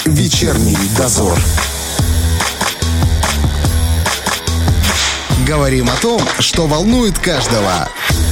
Вечерний дозор. Говорим о том, что волнует каждого.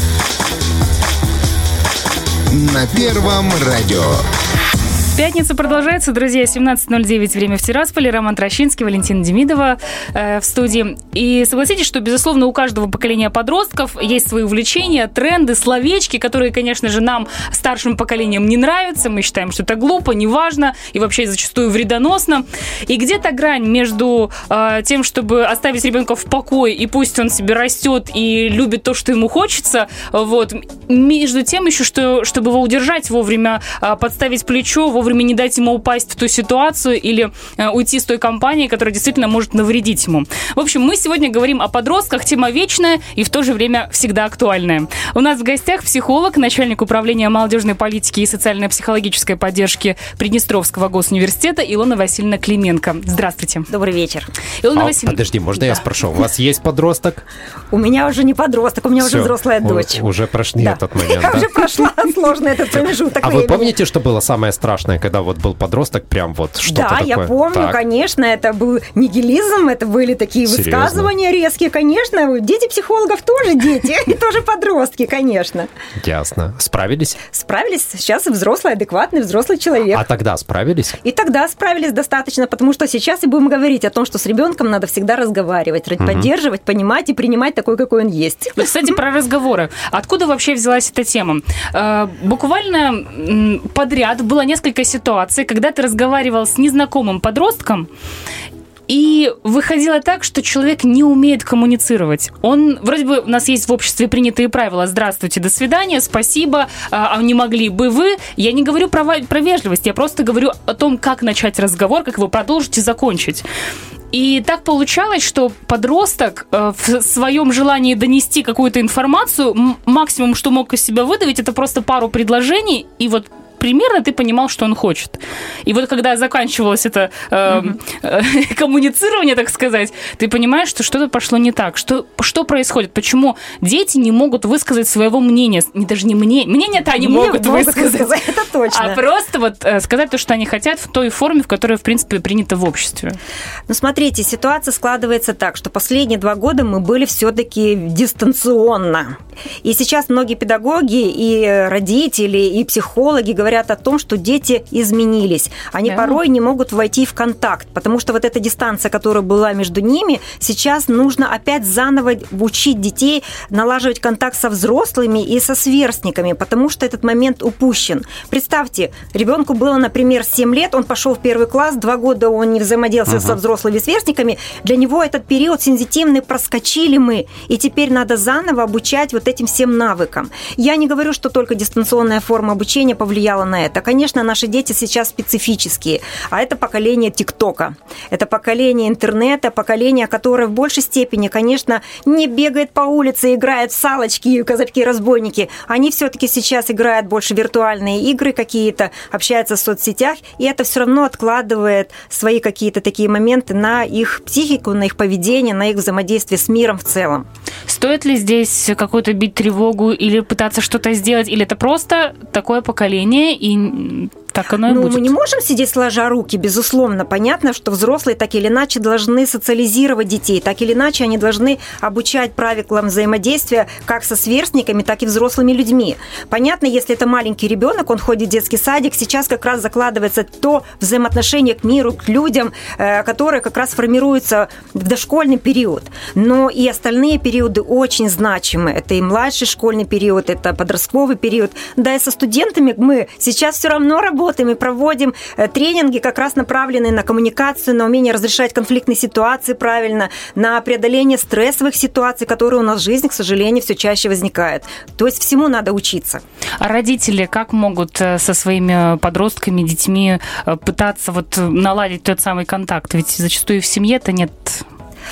На Первом радио. Пятница продолжается, друзья. 17:09, время в Тирасполе. Роман Трощинский, Валентина Демидова в студии. И согласитесь, что, безусловно, у каждого поколения подростков есть свои увлечения, тренды, словечки, которые, конечно же, нам, старшим поколениям, не нравятся. Мы считаем, что это глупо, неважно и вообще зачастую вредоносно. И где-то грань между тем, чтобы оставить ребенка в покое, и пусть он себе растет и любит то, что ему хочется, вот, между тем еще, чтобы его удержать вовремя, подставить плечо, вовремя не дать ему упасть в ту ситуацию или уйти с той компании, которая действительно может навредить ему. В общем, мы сегодня говорим о подростках. Тема вечная и в то же время всегда актуальная. У нас в гостях психолог, начальник управления молодежной политики и социально-психологической поддержки Приднестровского госуниверситета Илона Васильевна Клименко. Здравствуйте. Добрый вечер. Илона Васильевна. Подожди, можно я спрошу? У вас есть подросток? У меня уже не подросток, у меня уже взрослая дочь. Уже прошли этот момент. Я уже прошла сложный этот промежуток времени. А вы помните, что было самое страшное, когда вот был подросток, прям вот что-то такое? Да, я помню, конечно, это был нигилизм, это были такие высказывания резкие, конечно. Дети психологов тоже дети, и тоже подростки, конечно. Ясно. Справились? Справились. Сейчас и взрослый, адекватный взрослый человек. А тогда справились? И тогда справились достаточно, потому что сейчас и будем говорить о том, что с ребенком надо всегда разговаривать, поддерживать, понимать и принимать такой, какой он есть. Кстати, про разговоры. Откуда вообще взялась эта тема? Буквально подряд было несколько ситуаций, когда ты разговаривал с незнакомым подростком, и выходило так, что человек не умеет коммуницировать. Он, вроде бы, у нас есть в обществе принятые правила: здравствуйте, до свидания, спасибо, а не могли бы вы? Я не говорю про вежливость, я просто говорю о том, как начать разговор, как его продолжить и закончить. И так получалось, что подросток в своем желании донести какую-то информацию, максимум, что мог из себя выдавить, это просто пару предложений, и вот примерно ты понимал, что он хочет. И вот когда заканчивалось это коммуницирование, так сказать, ты понимаешь, что что-то пошло не так. Что происходит? Почему дети не могут высказать своего мнения? Даже не мнение-то они могут высказать. Это точно. А просто вот сказать то, что они хотят, в той форме, в которой, в принципе, принято в обществе. Ну, смотрите, ситуация складывается так, что последние 2 года мы были все-таки дистанционно. И сейчас многие педагоги и родители, и психологи говорят о том, что дети изменились. Они порой не могут войти в контакт, потому что вот эта дистанция, которая была между ними, сейчас нужно опять заново учить детей налаживать контакт со взрослыми и со сверстниками, потому что этот момент упущен. Представьте, ребенку было, например, 7 лет, он пошел в 1 класс, 2 года он не взаимодействовал со взрослыми сверстниками, для него этот период сензитивный проскочили мы, и теперь надо заново обучать вот этим всем навыкам. Я не говорю, что только дистанционная форма обучения повлияла на это. Конечно, наши дети сейчас специфические, а это поколение ТикТока, это поколение интернета, поколение, которое в большей степени, конечно, не бегает по улице, играет в салочки, казачки-разбойники. Они все-таки сейчас играют больше виртуальные игры какие-то, общаются в соцсетях, и это все равно откладывает свои какие-то такие моменты на их психику, на их поведение, на их взаимодействие с миром в целом. Стоит ли здесь какую-то бить тревогу или пытаться что-то сделать, или это просто такое поколение, и так оно и будет? Мы не можем сидеть сложа руки, безусловно. Понятно, что взрослые так или иначе должны социализировать детей, так или иначе они должны обучать правилам взаимодействия как со сверстниками, так и взрослыми людьми. Понятно, если это маленький ребенок, он ходит в детский садик, сейчас как раз закладывается то взаимоотношение к миру, к людям, которое как раз формируется в дошкольный период. Но и остальные периоды очень значимы. Это и младший школьный период, это подростковый период. Да и со студентами мы сейчас все равно работаем и проводим тренинги, как раз направленные на коммуникацию, на умение разрешать конфликтные ситуации правильно, на преодоление стрессовых ситуаций, которые у нас в жизни, к сожалению, все чаще возникают. То есть всему надо учиться. А родители как могут со своими подростками, детьми пытаться вот наладить тот самый контакт? Ведь зачастую в семье-то нет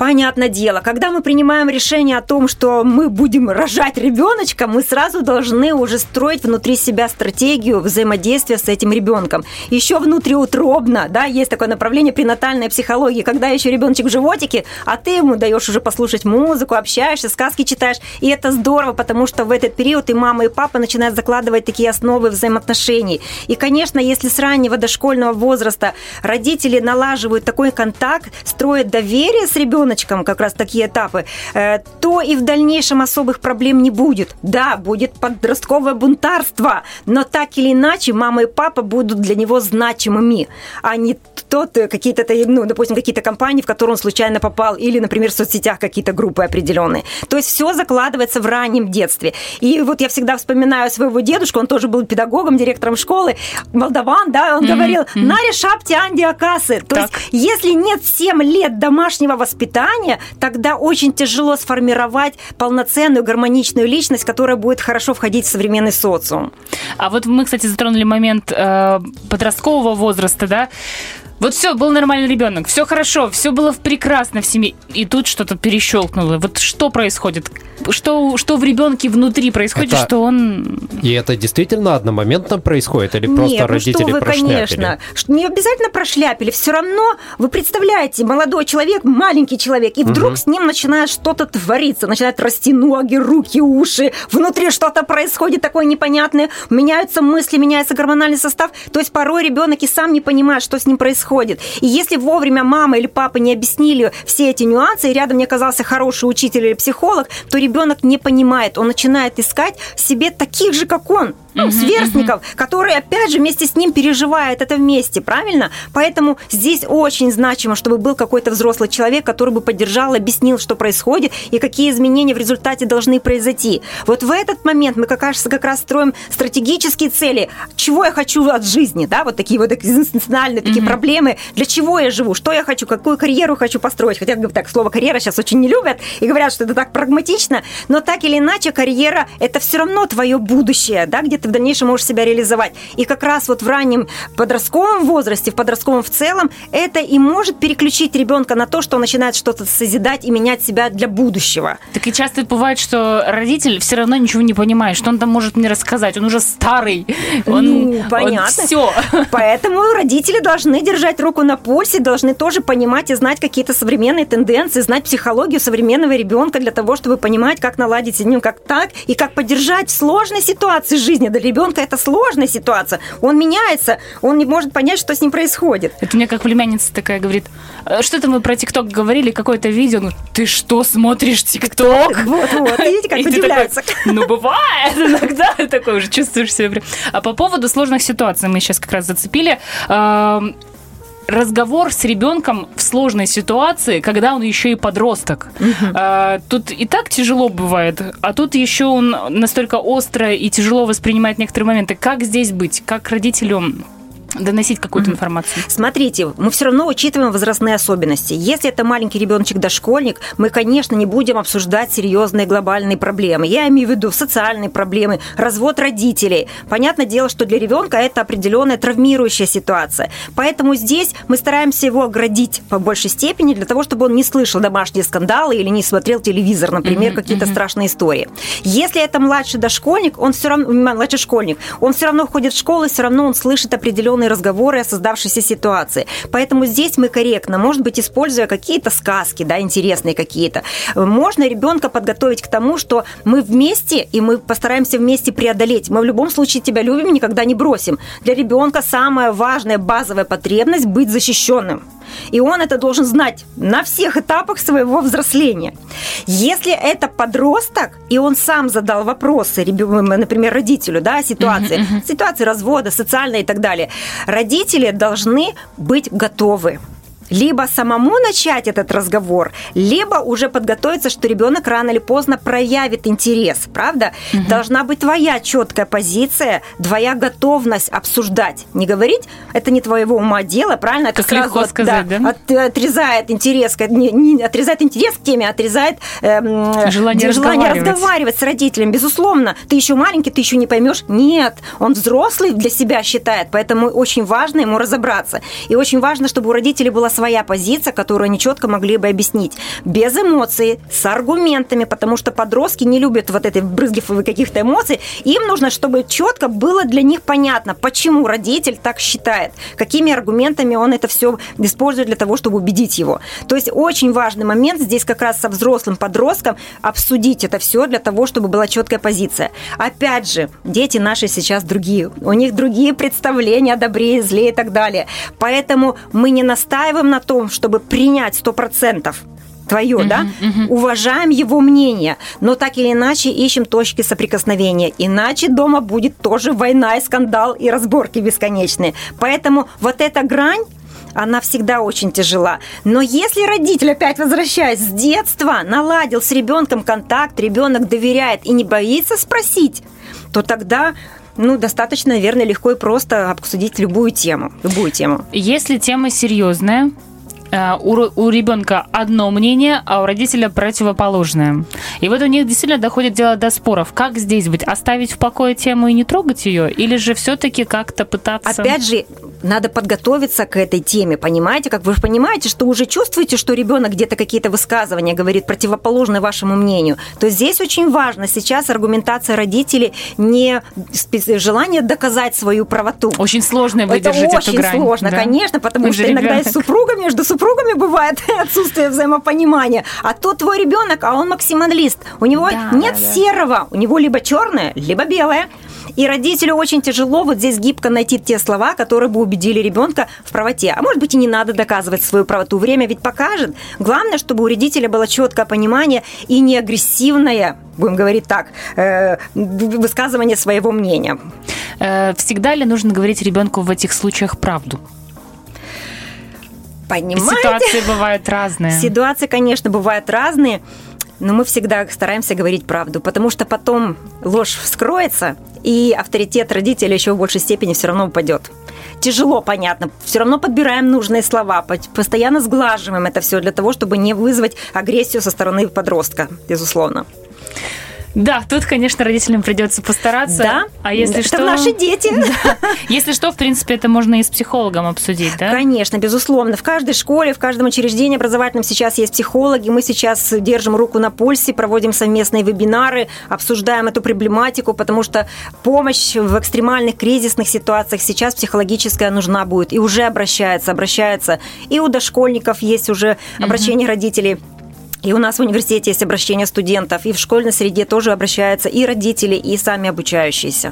Понятное дело, когда мы принимаем решение о том, что мы будем рожать ребеночка, мы сразу должны уже строить внутри себя стратегию взаимодействия с этим ребенком. Еще внутриутробно, да, есть такое направление пренатальной психологии, когда еще ребеночек в животике, а ты ему даешь уже послушать музыку, общаешься, сказки читаешь, и это здорово, потому что в этот период и мама, и папа начинают закладывать такие основы взаимоотношений. И, конечно, если с раннего дошкольного возраста родители налаживают такой контакт, строят доверие с ребеночком, как раз такие этапы, то и в дальнейшем особых проблем не будет. Да, будет подростковое бунтарство, но так или иначе мама и папа будут для него значимыми, а не какие-то, допустим, какие-то компании, в которые он случайно попал, или, например, в соцсетях какие-то группы определенные. То есть все закладывается в раннем детстве. И вот я всегда вспоминаю своего дедушку, он тоже был педагогом, директором школы, молдаван, да, он говорил, «Нари шапти анди акасы». То есть если нет 7 лет домашнего воспитания, тогда очень тяжело сформировать полноценную гармоничную личность, которая будет хорошо входить в современный социум. А вот мы, кстати, затронули момент подросткового возраста, да? Вот все, был нормальный ребенок, все хорошо, все было прекрасно в семье, и тут что-то перещелкнуло. Вот что происходит? Что в ребенке внутри происходит, что он... И это действительно одномоментно происходит? Или просто Нет, родители что вы, прошляпили? Конечно, не обязательно прошляпили. Все равно вы представляете, молодой человек, маленький человек, и вдруг с ним начинает что-то твориться, начинают расти ноги, руки, уши, внутри что-то происходит такое непонятное, меняются мысли, меняется гормональный состав. То есть порой ребенок и сам не понимает, что с ним происходит. И если вовремя мама или папа не объяснили все эти нюансы, и рядом не оказался хороший учитель или психолог, то ребенок не понимает, он начинает искать в себе таких же, как он, сверстников, которые, опять же, вместе с ним переживают это вместе, правильно? Поэтому здесь очень значимо, чтобы был какой-то взрослый человек, который бы поддержал, объяснил, что происходит и какие изменения в результате должны произойти. Вот в этот момент мы как раз строим стратегические цели, чего я хочу от жизни, да, вот такие вот экзистенциальные такие проблемы, для чего я живу, что я хочу, какую карьеру хочу построить. Хотя, так, слово «карьера» сейчас очень не любят и говорят, что это так прагматично, но так или иначе карьера – это все равно твое будущее, да, где ты в дальнейшем можешь себя реализовать. И как раз вот в раннем подростковом возрасте, в подростковом в целом, это и может переключить ребенка на то, что он начинает что-то созидать и менять себя для будущего. Так и часто бывает, что родитель все равно ничего не понимает, что он там может мне рассказать. Он уже старый. Понятно. Все. Поэтому родители должны держать руку на пульсе, должны тоже понимать и знать какие-то современные тенденции, знать психологию современного ребенка для того, чтобы понимать, как наладить с ним как так, и как поддержать в сложной ситуации жизни. Для ребенка это сложная ситуация. Он меняется, он не может понять, что с ним происходит. Это у меня как племянница такая говорит, что-то мы про ТикТок говорили, какое-то видео, ну, ты что, смотришь ТикТок? Вот, видите, как удивляются. Ну, бывает иногда, такой уже чувствуешь себя. А по поводу сложных ситуаций мы сейчас как раз зацепили. Разговор с ребенком в сложной ситуации, когда он еще и подросток. Тут и так тяжело бывает, а тут еще он настолько остро и тяжело воспринимает некоторые моменты. Как здесь быть? Как родителю доносить какую-то информацию? Смотрите, мы все равно учитываем возрастные особенности. Если это маленький ребеночек-дошкольник, мы, конечно, не будем обсуждать серьезные глобальные проблемы. Я имею в виду социальные проблемы, развод родителей. Понятное дело, что для ребенка это определенная травмирующая ситуация. Поэтому здесь мы стараемся его оградить по большей степени для того, чтобы он не слышал домашние скандалы или не смотрел телевизор, например, какие-то страшные истории. Если это младший дошкольник, он все равно, младший школьник, он все равно ходит в школу, и все равно он слышит определенные разговоры о создавшейся ситуации. Поэтому здесь мы корректно, может быть, используя какие-то сказки, да, интересные какие-то, можно ребенка подготовить к тому, что мы вместе, и мы постараемся вместе преодолеть. Мы в любом случае тебя любим, никогда не бросим. Для ребенка самая важная базовая потребность – быть защищенным. И он это должен знать на всех этапах своего взросления. Если это подросток, и он сам задал вопросы, например, родителю, да, ситуации развода, социальной и так далее, родители должны быть готовы. Либо самому начать этот разговор, либо уже подготовиться, что ребенок рано или поздно проявит интерес, правда? Должна быть твоя четкая позиция, твоя готовность обсуждать. Не говорить, это не твоего ума дело, правильно? Это как легко сказать, да? Отрезает интерес, не отрезает интерес к теме, отрезает желание разговаривать с родителем. Безусловно, ты еще маленький, ты еще не поймешь. Нет, он взрослый для себя считает, поэтому очень важно ему разобраться. И очень важно, чтобы у родителей была своя позиция, которую они четко могли бы объяснить. Без эмоций, с аргументами, потому что подростки не любят вот этой брызги каких-то эмоций. Им нужно, чтобы четко было для них понятно, почему родитель так считает, какими аргументами он это все использует для того, чтобы убедить его. То есть очень важный момент здесь как раз со взрослым подростком обсудить это все для того, чтобы была четкая позиция. Опять же, дети наши сейчас другие. У них другие представления о добре и зле и так далее. Поэтому мы не настаиваем на том, чтобы принять 100% твое, да? Уважаем его мнение, но так или иначе ищем точки соприкосновения. Иначе дома будет тоже война и скандал, и разборки бесконечные. Поэтому вот эта грань, она всегда очень тяжела. Но если родитель, опять возвращаясь с детства, наладил с ребенком контакт, ребенок доверяет и не боится спросить, то тогда достаточно, наверное, легко и просто обсудить любую тему. Если тема серьезная, у ребенка одно мнение, а у родителя противоположное. И вот у них действительно доходит дело до споров. Как здесь быть? Оставить в покое тему и не трогать ее? Или же все-таки как-то пытаться... Опять же, надо подготовиться к этой теме, понимаете? Как вы же понимаете, что уже чувствуете, что ребенок где-то какие-то высказывания говорит противоположные вашему мнению. То здесь очень важно сейчас аргументация родителей, не желание доказать свою правоту. Очень сложно выдержать эту грань. Это очень сложно, да? Конечно, потому что иногда и с супругами, между супругами бывает отсутствие взаимопонимания. А то твой ребенок, а он максималист. У него нет серого, у него либо черное, либо белое. И родителю очень тяжело вот здесь гибко найти те слова, которые бы убедили ребенка в правоте. А может быть, и не надо доказывать свою правоту. Время ведь покажет. Главное, чтобы у родителя было четкое понимание и не агрессивное, будем говорить так, высказывание своего мнения. Всегда ли нужно говорить ребенку в этих случаях правду? Понимаете? Ситуации бывают разные. Ситуации, конечно, бывают разные. Но мы всегда стараемся говорить правду, потому что потом ложь вскроется, и авторитет родителя еще в большей степени все равно упадет. Тяжело, понятно, все равно подбираем нужные слова, постоянно сглаживаем это все для того, чтобы не вызвать агрессию со стороны подростка, безусловно. Да, тут, конечно, родителям придется постараться. Да, а если это что... наши дети. Да. Если что, в принципе, это можно и с психологом обсудить, да? Конечно, безусловно. В каждой школе, в каждом учреждении образовательном сейчас есть психологи. Мы сейчас держим руку на пульсе, проводим совместные вебинары, обсуждаем эту проблематику, потому что помощь в экстремальных кризисных ситуациях сейчас психологическая нужна будет. И уже обращаются. И у дошкольников есть уже обращение родителей. И у нас в университете есть обращение студентов, и в школьной среде тоже обращаются и родители, и сами обучающиеся.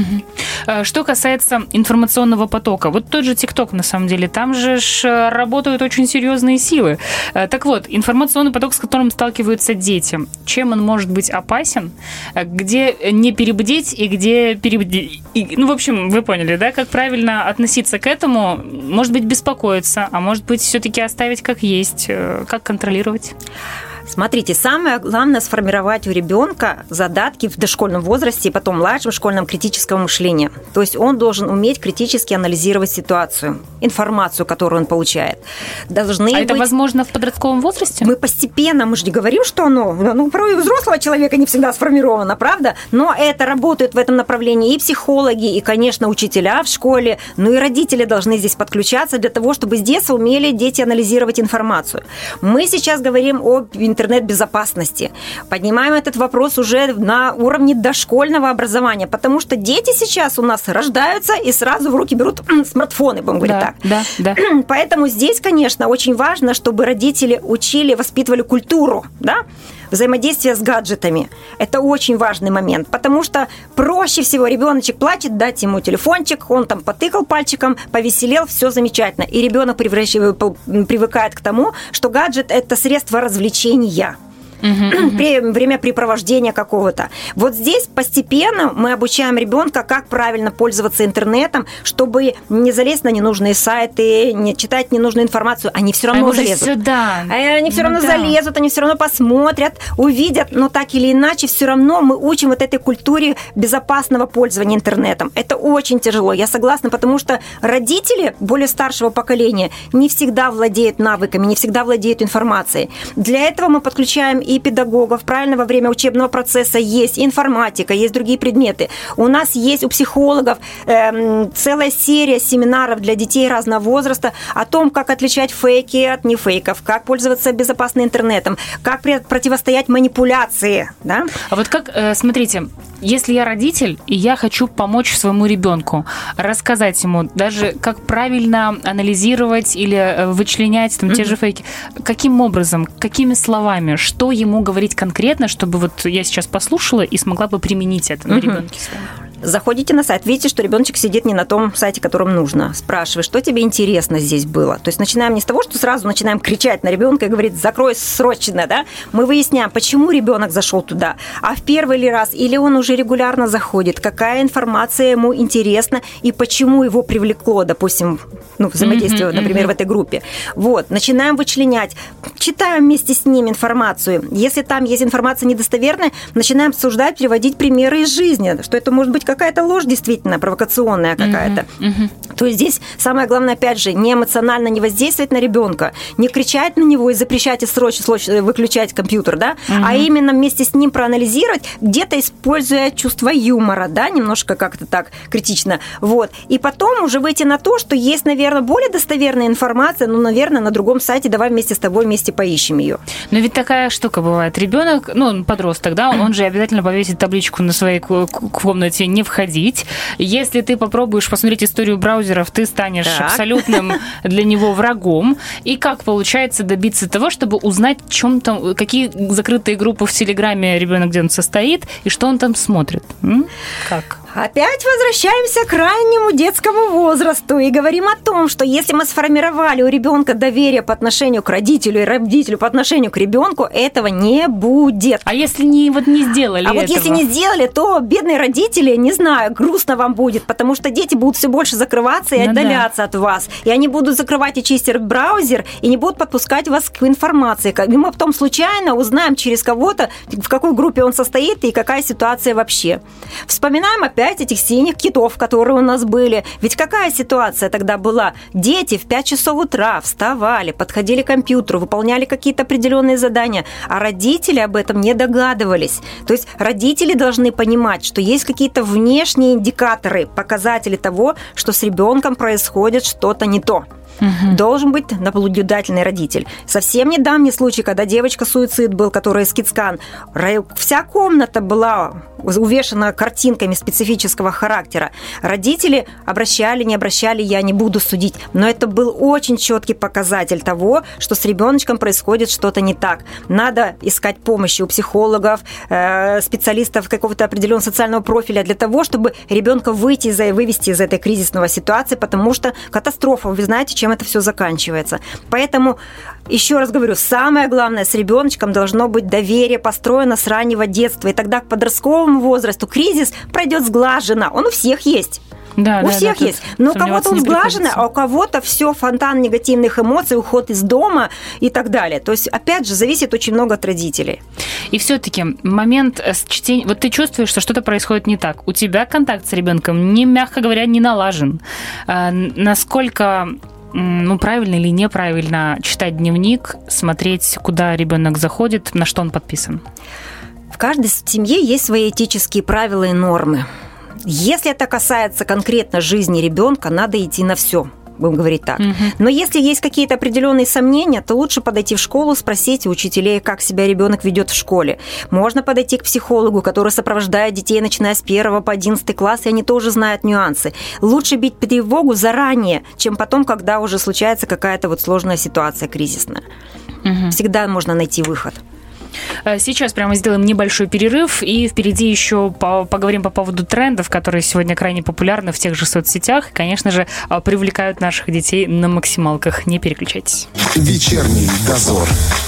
Что касается информационного потока, вот тот же ТикТок, на самом деле, там же работают очень серьезные силы. Так вот, информационный поток, с которым сталкиваются дети, чем он может быть опасен, где не перебдеть и где перебдеть. В общем, вы поняли, да, как правильно относиться к этому, может быть, беспокоиться, а может быть, все-таки оставить как есть, как контролировать? Смотрите, самое главное сформировать у ребенка задатки в дошкольном возрасте и потом в младшем школьном критического мышления. То есть он должен уметь критически анализировать ситуацию, информацию, которую он получает. Это возможно в подростковом возрасте? Мы постепенно, мы же не говорим, что оно, порой у взрослого человека не всегда сформировано, правда? Но это работает в этом направлении и психологи, и, конечно, учителя в школе, и родители должны здесь подключаться для того, чтобы с детства умели дети анализировать информацию. Мы сейчас говорим об интернет-безопасности. Поднимаем этот вопрос уже на уровне дошкольного образования, потому что дети сейчас у нас рождаются и сразу в руки берут смартфоны, будем говорить так. Да. Поэтому здесь, конечно, очень важно, чтобы родители учили, воспитывали культуру, да, взаимодействия с гаджетами. Это очень важный момент, потому что проще всего ребеночек плачет, дать ему телефончик, он там потыкал пальчиком, повеселел, все замечательно. И ребенок привыкает к тому, что гаджет – это средство развлечения. Времяпрепровождения какого-то. Вот здесь постепенно мы обучаем ребенка, как правильно пользоваться интернетом, чтобы не залезть на ненужные сайты, не читать ненужную информацию. Они все равно залезут. Они все равно залезут, они все равно посмотрят, увидят, но так или иначе все равно мы учим вот этой культуре безопасного пользования интернетом. Это очень тяжело, я согласна, потому что родители более старшего поколения не всегда владеют навыками, не всегда владеют информацией. Для этого мы подключаем и педагогов, правильно, во время учебного процесса есть информатика, есть другие предметы. У нас есть у психологов целая серия семинаров для детей разного возраста о том, как отличать фейки от нефейков, как пользоваться безопасным интернетом, как противостоять манипуляции. Да? А вот как, смотрите, если я родитель, и я хочу помочь своему ребенку, рассказать ему даже, как правильно анализировать или вычленять там, те же фейки, каким образом, какими словами, что ему говорить конкретно, чтобы вот я сейчас послушала и смогла бы применить это на ребенке своем? Заходите на сайт, видите, что ребеночек сидит не на том сайте, которым нужно. Спрашиваешь, что тебе интересно здесь было. То есть начинаем не с того, что сразу начинаем кричать на ребенка и говорить, закрой срочно, да? Мы выясняем, почему ребенок зашел туда, а в первый ли раз, или он уже регулярно заходит, какая информация ему интересна и почему его привлекло, допустим, взаимодействие, например, в этой группе. Вот, начинаем вычленять, читаем вместе с ним информацию. Если там есть информация недостоверная, начинаем обсуждать, приводить примеры из жизни, что это может быть какая-то ложь действительно, провокационная какая-то. То есть здесь самое главное, опять же, не эмоционально не воздействовать на ребенка, не кричать на него и запрещать и срочно выключать компьютер, да, а именно вместе с ним проанализировать, где-то используя чувство юмора, да, немножко как-то так критично. Вот. И потом уже выйти на то, что есть, наверное, более достоверная информация, наверное, на другом сайте, давай вместе с тобой вместе поищем ее. Но ведь такая штука бывает. Ребенок, подросток, да, он же обязательно повесит табличку на своей комнате «не входить». Если ты попробуешь посмотреть историю браузеров, ты станешь абсолютным для него врагом. И как получается добиться того, чтобы узнать, какие закрытые группы в Телеграме ребенок где он состоит и что он там смотрит? Как? Опять возвращаемся к раннему детскому возрасту и говорим о том, что если мы сформировали у ребенка доверие по отношению к родителю и родителю по отношению к ребенку, этого не будет. А если не сделали этого? А вот если не сделали, то бедные родители, не знаю, грустно вам будет, потому что дети будут все больше закрываться и отдаляться от вас. И они будут закрывать и чистить браузер, и не будут подпускать вас к информации. И мы потом случайно узнаем через кого-то, в какой группе он состоит и какая ситуация вообще. Вспоминаем опять этих синих китов, которые у нас были. Ведь какая ситуация тогда была? Дети в 5 часов утра вставали, подходили к компьютеру, выполняли какие-то определенные задания, а родители об этом не догадывались. То есть родители должны понимать, что есть какие-то внешние индикаторы, показатели того, что с ребенком происходит что-то не то. Должен быть наблюдательный родитель. Совсем недавний случай, когда девочка-суицид был, которая скидскан, вся комната была увешана картинками специфического характера. Родители обращали, не обращали, я не буду судить, но это был очень четкий показатель того, что с ребеночком происходит что-то не так. Надо искать помощи у психологов, специалистов какого-то определенного социального профиля для того, чтобы ребенка вывести из этой кризисной ситуации, потому что катастрофа, вы знаете, чем это все заканчивается. Поэтому, еще раз говорю, самое главное, с ребеночком должно быть доверие, построено с раннего детства, и тогда к подростковому возрасту кризис пройдет сглаженно. Он у всех есть. Да, у всех есть. Но у кого-то он сглаженный, а у кого-то все фонтан негативных эмоций, уход из дома и так далее. То есть, опять же, зависит очень много от родителей. И все-таки момент чтения... Вот ты чувствуешь, что что-то происходит не так. У тебя контакт с ребенком, мягко говоря, не налажен. Насколько... правильно или неправильно читать дневник, смотреть, куда ребенок заходит, на что он подписан? В каждой семье есть свои этические правила и нормы. Если это касается конкретно жизни ребенка, надо идти на все. Будем говорить так. Но если есть какие-то определенные сомнения, то лучше подойти в школу, спросить у учителей, как себя ребенок ведет в школе. Можно подойти к психологу, который сопровождает детей, начиная с 1 по 11 класс, и они тоже знают нюансы. Лучше бить тревогу заранее, чем потом, когда уже случается какая-то сложная ситуация кризисная. Всегда можно найти выход. Сейчас прямо сделаем небольшой перерыв, и впереди еще поговорим по поводу трендов, которые сегодня крайне популярны в тех же соцсетях и, конечно же, привлекают наших детей на максималках. Не переключайтесь. Вечерний дозор.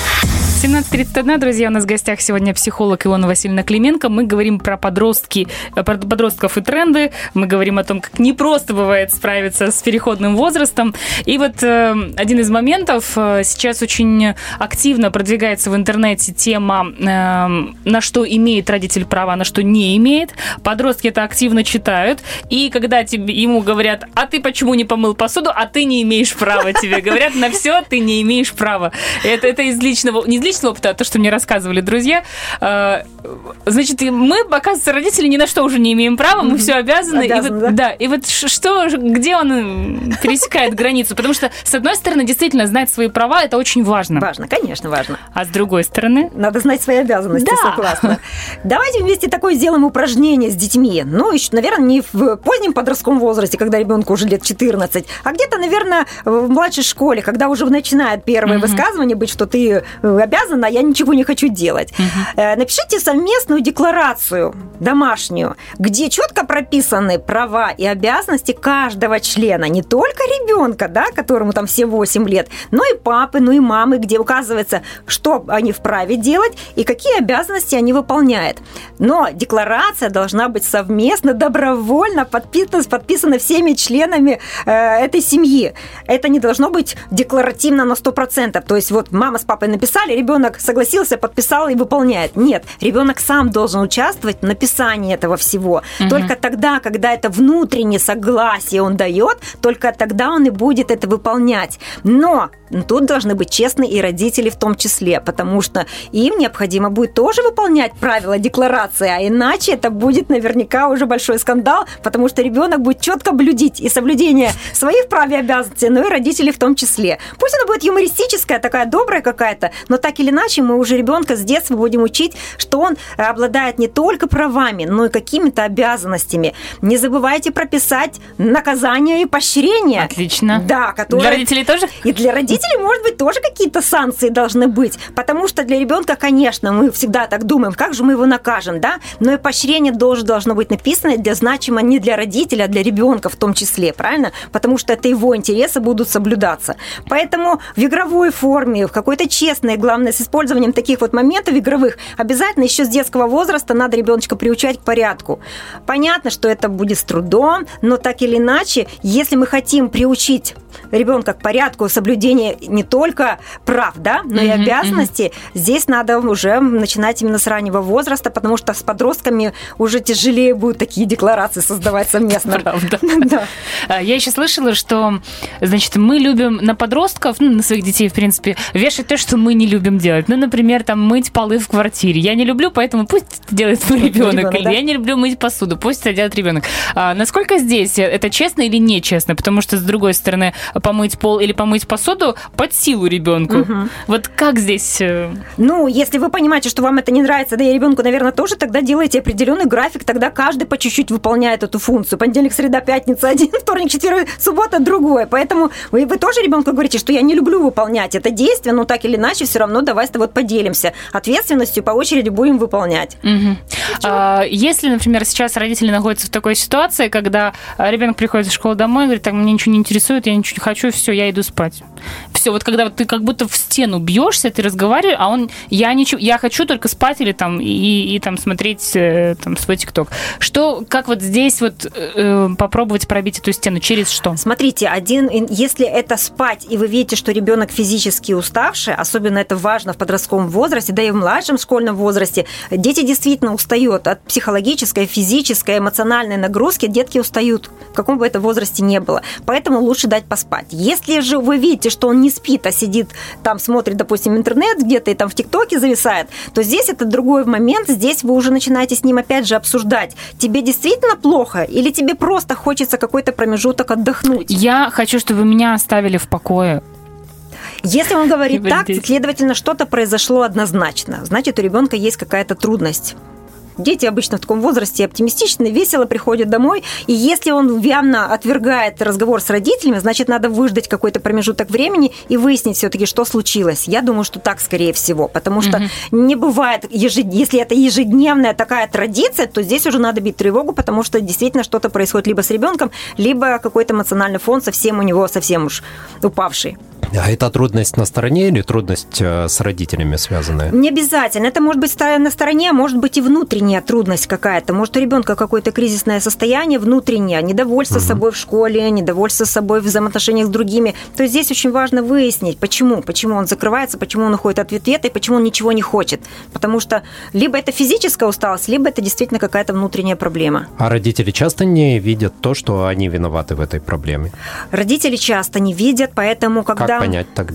17:31, друзья, у нас в гостях сегодня психолог Илона Васильевна Клименко. Мы говорим про подростков и тренды. Мы говорим о том, как непросто бывает справиться с переходным возрастом. И вот один из моментов, сейчас очень активно продвигается в интернете тема, на что имеет родитель права, на что не имеет. Подростки это активно читают. И когда ему говорят, а ты почему не помыл посуду, а ты не имеешь права, тебе говорят, на все ты не имеешь права. Это из личного, не из личного опыта, то, что мне рассказывали друзья. Значит, мы, оказывается, родители ни на что уже не имеем права, мы все обязаны. И вот что, где он пересекает границу? Потому что, с одной стороны, действительно, знать свои права – это очень важно. Важно, конечно, важно. А с другой стороны? Надо знать свои обязанности, да. Согласна. Давайте вместе такое сделаем упражнение с детьми. Ну, еще, наверное, не в позднем подростковом возрасте, когда ребенку уже лет 14, а где-то, наверное, в младшей школе, когда уже начинает первое высказывание быть, что ты обязана, а я ничего не хочу делать. Напишите совместную декларацию домашнюю, где четко прописаны права и обязанности каждого члена, не только ребенка, да, которому там все 8 лет, но и папы, ну и мамы, где указывается, что они вправе делать и какие обязанности они выполняют. Но декларация должна быть совместно, добровольно подписана всеми членами этой семьи. Это не должно быть декларативно на 100%. То есть вот мама с папой написали, ребенок согласился, подписал и выполняет. Нет, ребенок сам должен участвовать в написании этого всего. Только тогда, когда это внутреннее согласие он дает, только тогда он и будет это выполнять. Но тут должны быть честны и родители в том числе, потому что им необходимо будет тоже выполнять правила декларации, а иначе это будет наверняка уже большой скандал, потому что ребенок будет четко блюдить и соблюдение своих прав и обязанностей, но и родителей в том числе. Пусть она будет юмористическая, такая добрая какая-то, но так или иначе мы уже ребенка с детства будем учить, что он обладает не только правами, но и какими-то обязанностями. Не забывайте прописать наказания и поощрения. Отлично. Да, которые... Для родителей тоже? И для родителей, может быть, тоже какие-то санкции должны быть, потому что для ребенка, конечно, мы всегда так думаем, как же мы его накажем, да, но и поощрение должно быть написано значимо не для родителя, а для ребенка в том числе, правильно? Потому что это его интересы будут соблюдаться. Поэтому в игровой форме, в какой-то честной, главное, с использованием таких вот моментов игровых, обязательно еще с детского возраста надо ребеночка приучать к порядку. Понятно, что это будет с трудом, но так или иначе, если мы хотим приучить ребенка к порядку, соблюдение не только прав, да, но и обязанностей, здесь надо уже начинать именно с раннего возраста, потому что с подростками уже тяжелее будут такие декларации создавать совместно. Правда. Да. Я еще слышала, что, значит, мы любим на подростков, ну, на своих детей, в принципе, вешать то, что мы не любим делать. Ну, например, там, мыть полы в квартире. Я не люблю, поэтому пусть это делает мой ребенок. Или да? Я не люблю мыть посуду, пусть это делает ребенок. Насколько здесь это честно или нечестно? Потому что, с другой стороны, помыть пол или помыть посуду под силу ребенку. Вот как здесь? Ну, если вы понимаете, что вам это не нравится, да и ребенку, наверное, тоже, тогда делайте определенный график, тогда каждый по чуть-чуть выполняет эту функцию. Понедельник, среда, пятница один, вторник, четверг, суббота другой. Поэтому вы тоже ребенку говорите, что я не люблю выполнять это действие, но так или иначе все равно давай с тобой поделимся. Ответственностью по очереди будем выполнять. Если, например, сейчас родители находятся в такой ситуации, когда ребенок приходит из школы домой и говорит, так, меня ничего не интересует, я ничего не хочу, все, я иду спать. Все, вот когда ты как будто в стену бьешься, ты разговариваешь, а я хочу только спать или там и там смотреть там свой ТикТок. Как вот здесь вот попробовать пробить эту стену? Через что? Смотрите, если это спать, и вы видите, что ребенок физически уставший, особенно это важно в подростковом возрасте, да и в младшем школьном возрасте, дети действительно устают от психологической, физической, эмоциональной нагрузки, детки устают, в каком бы это возрасте ни было. Поэтому лучше дать поспать. Если же вы видите, что он не спит, а сидит там, смотрит, допустим, интернет где-то и там в ТикТоке зависает, то здесь это другой момент, здесь вы уже начинаете с ним опять же обсуждать, тебе действительно плохо или тебе просто хочется какой-то промежуток отдохнуть? Я хочу, чтобы меня оставили в покое. Если он говорит так, следовательно, что-то произошло однозначно. Значит, у ребенка есть какая-то трудность. Дети обычно в таком возрасте оптимистичны, весело приходят домой, и если он явно отвергает разговор с родителями, значит, надо выждать какой-то промежуток времени и выяснить все-таки, что случилось. Я думаю, что так, скорее всего, потому что не бывает, если это ежедневная такая традиция, то здесь уже надо бить тревогу, потому что действительно что-то происходит либо с ребенком, либо какой-то эмоциональный фон совсем у него совсем уж упавший. А это трудность на стороне или трудность с родителями связанная? Не обязательно. Это может быть на стороне, а может быть и внутренняя трудность какая-то. Может, у ребенка какое-то кризисное состояние внутреннее, недовольство собой в школе, недовольство собой в взаимоотношениях с другими. То есть здесь очень важно выяснить, почему он закрывается, почему он уходит от ответа и почему он ничего не хочет. Потому что либо это физическая усталость, либо это действительно какая-то внутренняя проблема. А родители часто не видят то, что они виноваты в этой проблеме? Родители часто не видят, поэтому когда... Как понять тогда?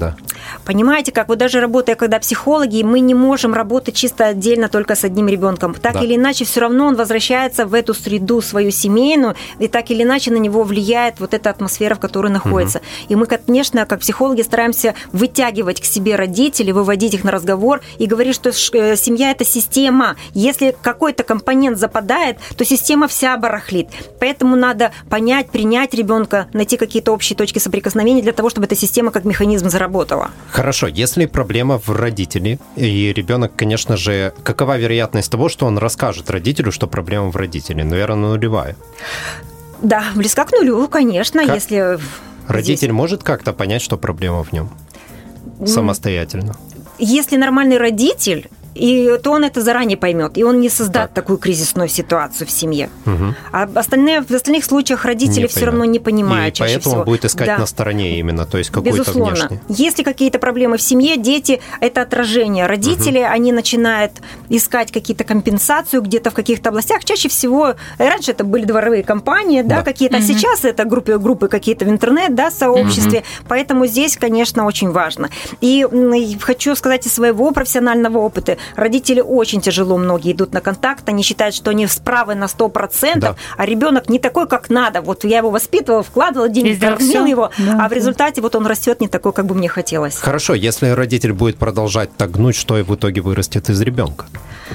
Понимаете, как вот даже работая, когда психологи, мы не можем работать чисто отдельно только с одним ребенком. Так или иначе, все равно он возвращается в эту среду свою семейную, и так или иначе на него влияет вот эта атмосфера, в которой находится. И мы, конечно, как психологи стараемся вытягивать к себе родителей, выводить их на разговор и говорить, что семья – это система. Если какой-то компонент западает, то система вся барахлит. Поэтому надо понять, принять ребенка, найти какие-то общие точки соприкосновения для того, чтобы эта система как механизм заработала. Хорошо, если проблема в родителе, и ребенок, конечно же, какова вероятность того, что он расскажет родителю, что проблема в родителе? Наверное, нулевая. Да, близка к нулю, конечно, если... Родитель может как-то понять, что проблема в нем самостоятельно? Если нормальный родитель, то он это заранее поймет, и он не создаст такую кризисную ситуацию в семье. А в остальных случаях родители все равно не понимают чаще поэтому всего. Он будет искать на стороне именно, то есть какой-то Безусловно. внешний. Если какие-то проблемы в семье, дети – это отражение. Родители, они начинают искать какие-то компенсацию где-то в каких-то областях. Чаще всего, раньше это были дворовые компании, да, какие-то, а сейчас это группы какие-то в интернет, да, в сообществе. Поэтому здесь, конечно, очень важно. И хочу сказать из своего профессионального опыта, родители очень тяжело, многие идут на контакт, они считают, что они справы на 100%, а ребенок не такой, как надо. Вот я его воспитывала, вкладывала деньги, кормила его, а в результате вот он растет не такой, как бы мне хотелось. Хорошо, если родитель будет продолжать так гнуть, что и в итоге вырастет из ребенка?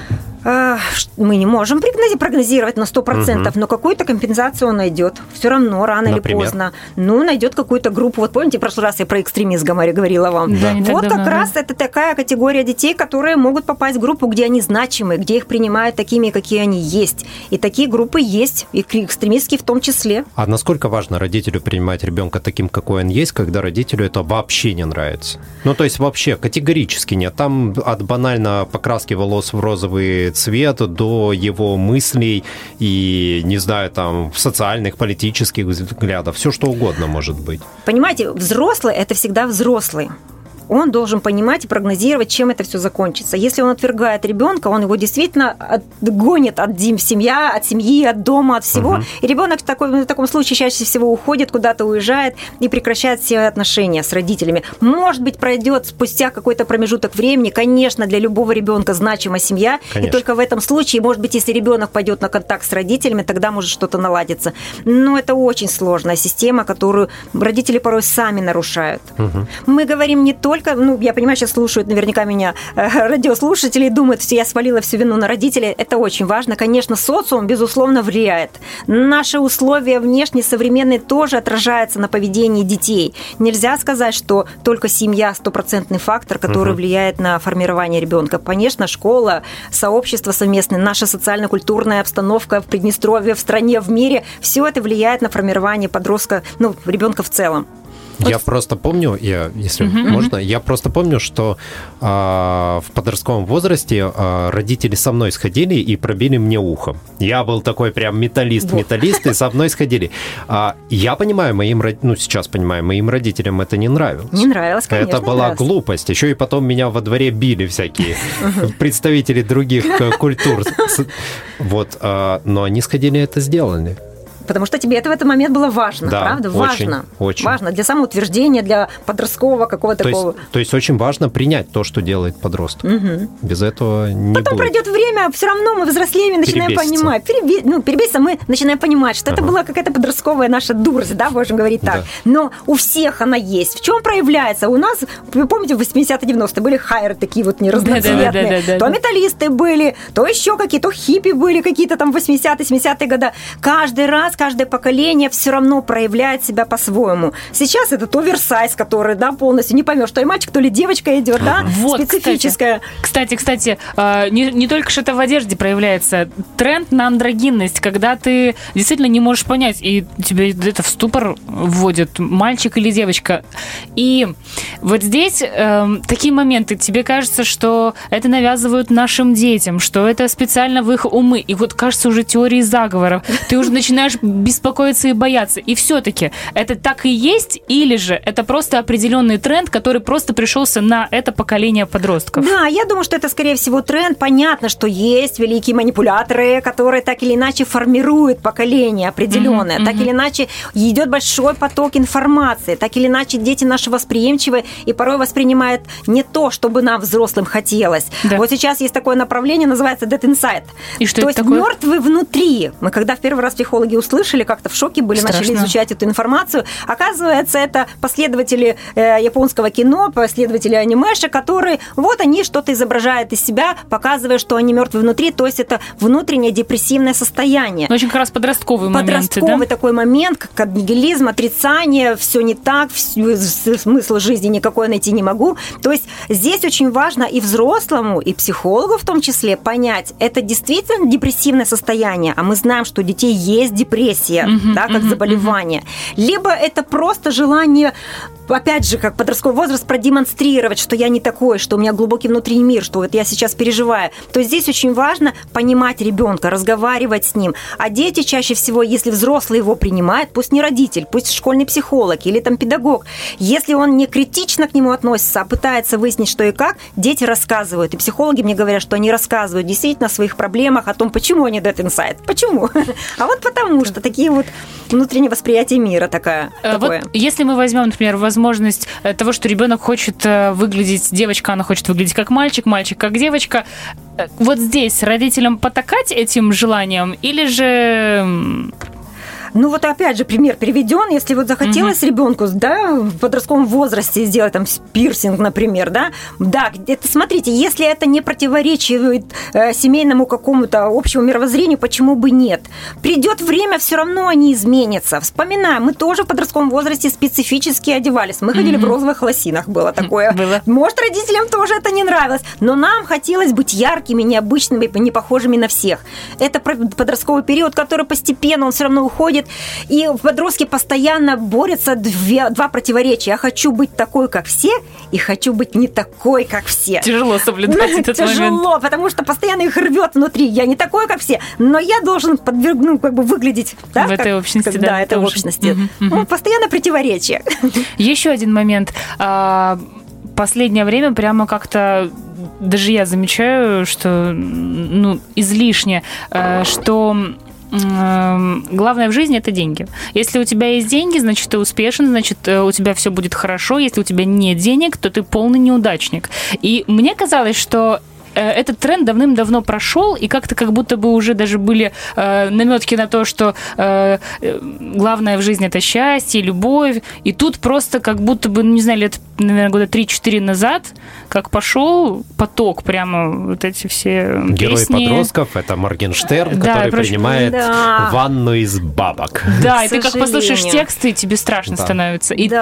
Мы не можем прогнозировать на 100%, но какую-то компенсацию он найдет. Все равно, рано или поздно. Найдет какую-то группу. Вот помните, в прошлый раз я про экстремизм говорила вам? Да, вот как раз это такая категория детей, которые могут попасть в группу, где они значимы, где их принимают такими, какие они есть. И такие группы есть, и экстремистские в том числе. А насколько важно родителю принимать ребенка таким, какой он есть, когда родителю это вообще не нравится? То есть вообще категорически нет. Там от банально покраски волос в розовый цвет до его мыслей и, не знаю, там, социальных, политических взглядов. Все, что угодно может быть. Понимаете, взрослый – это всегда взрослый. Он должен понимать и прогнозировать, чем это все закончится. Если он отвергает ребенка, он его действительно гонит от семьи, от дома, от всего. И ребенок в таком случае чаще всего уходит, куда-то уезжает и прекращает все отношения с родителями. Может быть, пройдет спустя какой-то промежуток времени. Конечно, для любого ребенка значима семья. Конечно. И только в этом случае, может быть, если ребенок пойдет на контакт с родителями, тогда может что-то наладиться. Но это очень сложная система, которую родители порой сами нарушают. Мы говорим не только, я понимаю, сейчас слушают наверняка меня радиослушатели и думают, что я свалила всю вину на родителей. Это очень важно. Конечно, социум, безусловно, влияет. Наши условия внешние, современные, тоже отражаются на поведении детей. Нельзя сказать, что только семья 100% фактор, который влияет на формирование ребенка. Конечно, школа, сообщество совместное, наша социально-культурная обстановка в Приднестровье, в стране, в мире, все это влияет на формирование подростка, ребенка в целом. Я просто помню, если можно, я просто помню, что в подростковом возрасте родители со мной сходили и пробили мне ухо. Я был такой прям металлист, и со мной сходили. Я понимаю, сейчас понимаю, моим родителям это не нравилось. Не нравилось, конечно. Это была глупость. Еще и потом меня во дворе били всякие представители других культур. Но они сходили и это сделали. Потому что тебе это в этот момент было важно, да, правда? Важно. Очень. Важно для самоутверждения, для подросткового какого-то такого. То есть очень важно принять то, что делает подросток. Без этого не Потом будет. пройдет время, все равно мы взрослеем и начинаем понимать. Перебеситься мы начинаем понимать, что это была какая-то подростковая наша дурость, да, можем говорить так. Да. Но у всех она есть. В чем проявляется? У нас, вы помните, в 80-90-е были хайеры такие вот неразноцветные. То металлисты были, то еще какие-то, то хиппи были какие-то там 80-е, 70-е годы. Каждый раз, каждое поколение все равно проявляет себя по-своему. Сейчас это оверсайз, который, полностью не поймешь, то ли мальчик, то ли девочка идет, да, специфическая. Кстати, не только что это в одежде проявляется. Тренд на андрогинность, когда ты действительно не можешь понять, и тебя это в ступор вводит, мальчик или девочка. И вот здесь такие моменты, тебе кажется, что это навязывают нашим детям, что это специально в их умы. И вот кажется уже теории заговоров. Ты уже начинаешь беспокоиться и бояться. И все-таки это так и есть, или же это просто определенный тренд, который просто пришелся на это поколение подростков? Да, я думаю, что это, скорее всего, тренд. Понятно, что есть великие манипуляторы, которые так или иначе формируют поколение определенное. Так или иначе идет большой поток информации. Так или иначе дети наши восприимчивы и порой воспринимают не то, что бы нам, взрослым, хотелось. Да. Вот сейчас есть такое направление, называется Dead Inside. И что то это есть такое? Мертвый внутри. Мы когда в первый раз психологи услышали, как-то в шоке были, Страшно. начали изучать эту информацию. Оказывается, это последователи японского кино, последователи анимеши, которые вот они что-то изображают из себя, показывая, что они мертвы внутри, то есть это внутреннее депрессивное состояние. Очень как раз подростковый момент. Подростковый такой момент, как нигилизм, отрицание, все не так, смысл жизни никакой найти не могу. То есть здесь очень важно и взрослому, и психологу в том числе понять, это действительно депрессивное состояние, а мы знаем, что у детей есть депрессия, как заболевание. Либо это просто желание, опять же, как подростковый возраст, продемонстрировать, что я не такой, что у меня глубокий внутренний мир, что вот я сейчас переживаю. То есть здесь очень важно понимать ребенка, разговаривать с ним. А дети чаще всего, если взрослый его принимает, пусть не родитель, пусть школьный психолог или там педагог, если он не критично к нему относится, а пытается выяснить, что и как, дети рассказывают. И психологи мне говорят, что они рассказывают действительно о своих проблемах, о том, почему они Dead Inside. Почему? А вот потому что такие вот внутреннее восприятие мира такое. Вот если мы возьмем, например, возможность того, что ребенок хочет выглядеть, девочка, она хочет выглядеть как мальчик, мальчик как девочка, вот здесь родителям потакать этим желанием или же... Ну вот опять же пример приведен, если вот захотелось ребенку, да, в подростковом возрасте сделать там пирсинг, например, да, это, смотрите, если это не противоречит семейному какому-то общему мировоззрению, почему бы нет? Придет время, все равно они изменятся. Вспоминаем, мы тоже в подростковом возрасте специфически одевались, мы ходили в розовых лосинах, было такое. Может, родителям тоже это не нравилось, но нам хотелось быть яркими, необычными, не похожими на всех. Это подростковый период, который постепенно, он все равно уходит. И подростки постоянно борются два противоречия. Я хочу быть такой, как все, и хочу быть не такой, как все. Тяжело соблюдать этот момент. Тяжело, потому что постоянно их рвет внутри. Я не такой, как все, но я должен выглядеть в этой общности. Да, этой общности. Постоянно противоречия. Еще один момент. Последнее время прямо как-то даже я замечаю, что излишне, что главное в жизни – это деньги. Если у тебя есть деньги, значит, ты успешен, значит, у тебя все будет хорошо. Если у тебя нет денег, то ты полный неудачник. И мне казалось, что этот тренд давным-давно прошел, и как-то как будто бы уже даже были наметки на то, что главное в жизни – это счастье, любовь. И тут просто как будто бы, не знаю, лет, наверное, года 3-4 назад, как пошел поток, прямо вот эти все Герой песни. Подростков – это Моргенштерн, который принимает ванну из бабок. Да, и ты как послушаешь тексты, и тебе страшно становится. И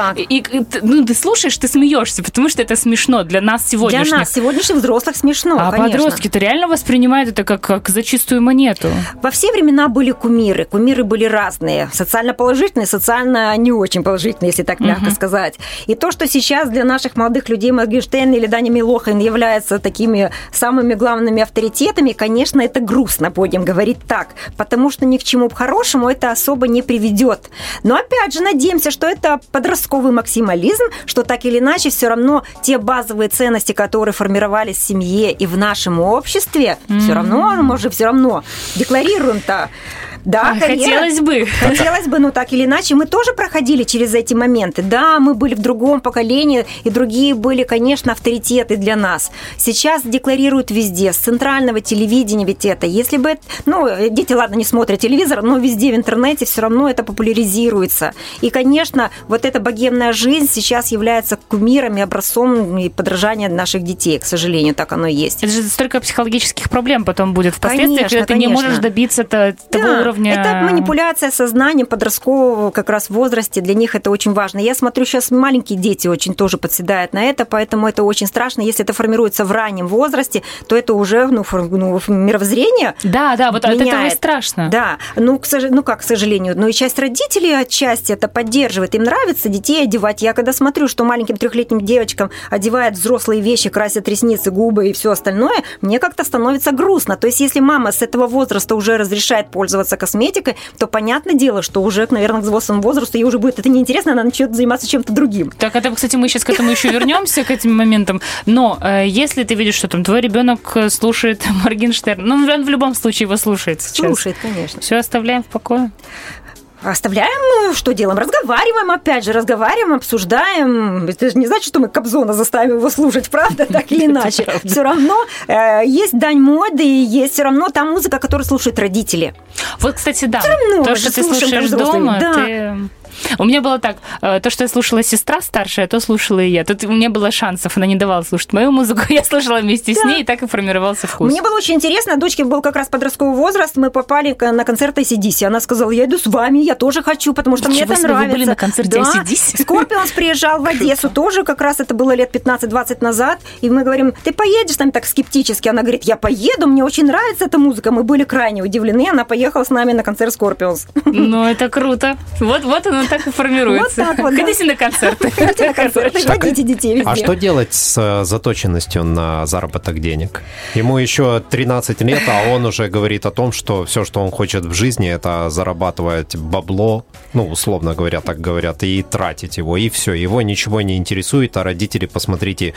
ты слушаешь, ты смеешься, потому что это смешно для нас сегодняшних. Для нас, сегодняшних взрослых, смешно. А конечно. Подростки-то реально воспринимают это как за чистую монету. Во все времена были кумиры. Кумиры были разные. Социально положительные, социально не очень положительные, если так мягко сказать. И то, что сейчас для наших молодых людей Моргенштерн или Даня Милохин являются такими самыми главными авторитетами, конечно, это грустно, будем говорить так. Потому что ни к чему хорошему это особо не приведет. Но опять же, надеемся, что это подростковый максимализм, что так или иначе все равно те базовые ценности, которые формировались в семье и в нашем обществе, все равно, мы же все равно декларируем-то. Да, хотелось бы. Хотелось бы, но так или иначе. Мы тоже проходили через эти моменты. Да, мы были в другом поколении, и другие были, конечно, авторитеты для нас. Сейчас декларируют везде, с центрального телевидения ведь это. Если бы, дети, ладно, не смотрят телевизор, но везде в интернете все равно это популяризируется. И, конечно, вот эта богемная жизнь сейчас является кумиром и образцом и подражания наших детей, к сожалению, так оно и есть. Это же столько психологических проблем потом будет впоследствии, когда ты не можешь добиться того уровня. Это манипуляция сознанием подросткового как раз в возрасте. Для них это очень важно. Я смотрю, сейчас маленькие дети очень тоже подседают на это, поэтому это очень страшно. Если это формируется в раннем возрасте, то это уже мировоззрение Да, вот меняет. от этого и страшно. Да, к сожалению. Но и часть родителей отчасти это поддерживает. Им нравится детей одевать. Я когда смотрю, что маленьким 3-летним девочкам одевают взрослые вещи, красят ресницы, губы и все остальное, мне как-то становится грустно. То есть если мама с этого возраста уже разрешает пользоваться косметикой, косметикой, то понятное дело, что уже, наверное, к взрослому возрасту ей уже будет это неинтересно, она начнет заниматься чем-то другим. Так, это, кстати, мы сейчас к этому еще вернемся, к этим моментам. Но если ты видишь, что там твой ребенок слушает Моргенштерн, ну, он в любом случае его слушает сейчас. Слушает, конечно. Все оставляем в покое. Оставляем, что делаем? Разговариваем, опять же, обсуждаем. Это же не значит, что мы Кобзона заставим его слушать, правда, так или иначе. Все равно есть дань моды, и есть все равно та музыка, которую слушают родители. Вот, кстати, да. Все равно то, что ты слушаешь дома, ты... У меня было так, то, что я слушала сестра старшая, то слушала и я. Тут у меня было шансов, она не давала слушать мою музыку, я слушала вместе с ней, и так и формировался вкус. Мне было очень интересно, дочке был как раз подростковый возраст, мы попали на концерт AC/DC. Она сказала, я иду с вами, я тоже хочу, потому что мне это нравится. Вы были на концерте AC/DC? Скорпионс приезжал в Одессу тоже, как раз это было лет 15-20 назад, и мы говорим, ты поедешь там так скептически? Она говорит, я поеду, мне очень нравится эта музыка. Мы были крайне удивлены, она поехала с нами на концерт Скорпионс. Ну, это круто. Вот оно так и формируется. Вот так вот, ходите на концерты. Ходите на концерты, водите детей везде. А что делать с заточенностью на заработок денег? Ему еще 13 лет, а он уже говорит о том, что все, что он хочет в жизни, это зарабатывать бабло, ну, условно говоря, так говорят, и тратить его, и все. Его ничего не интересует, а родители, посмотрите,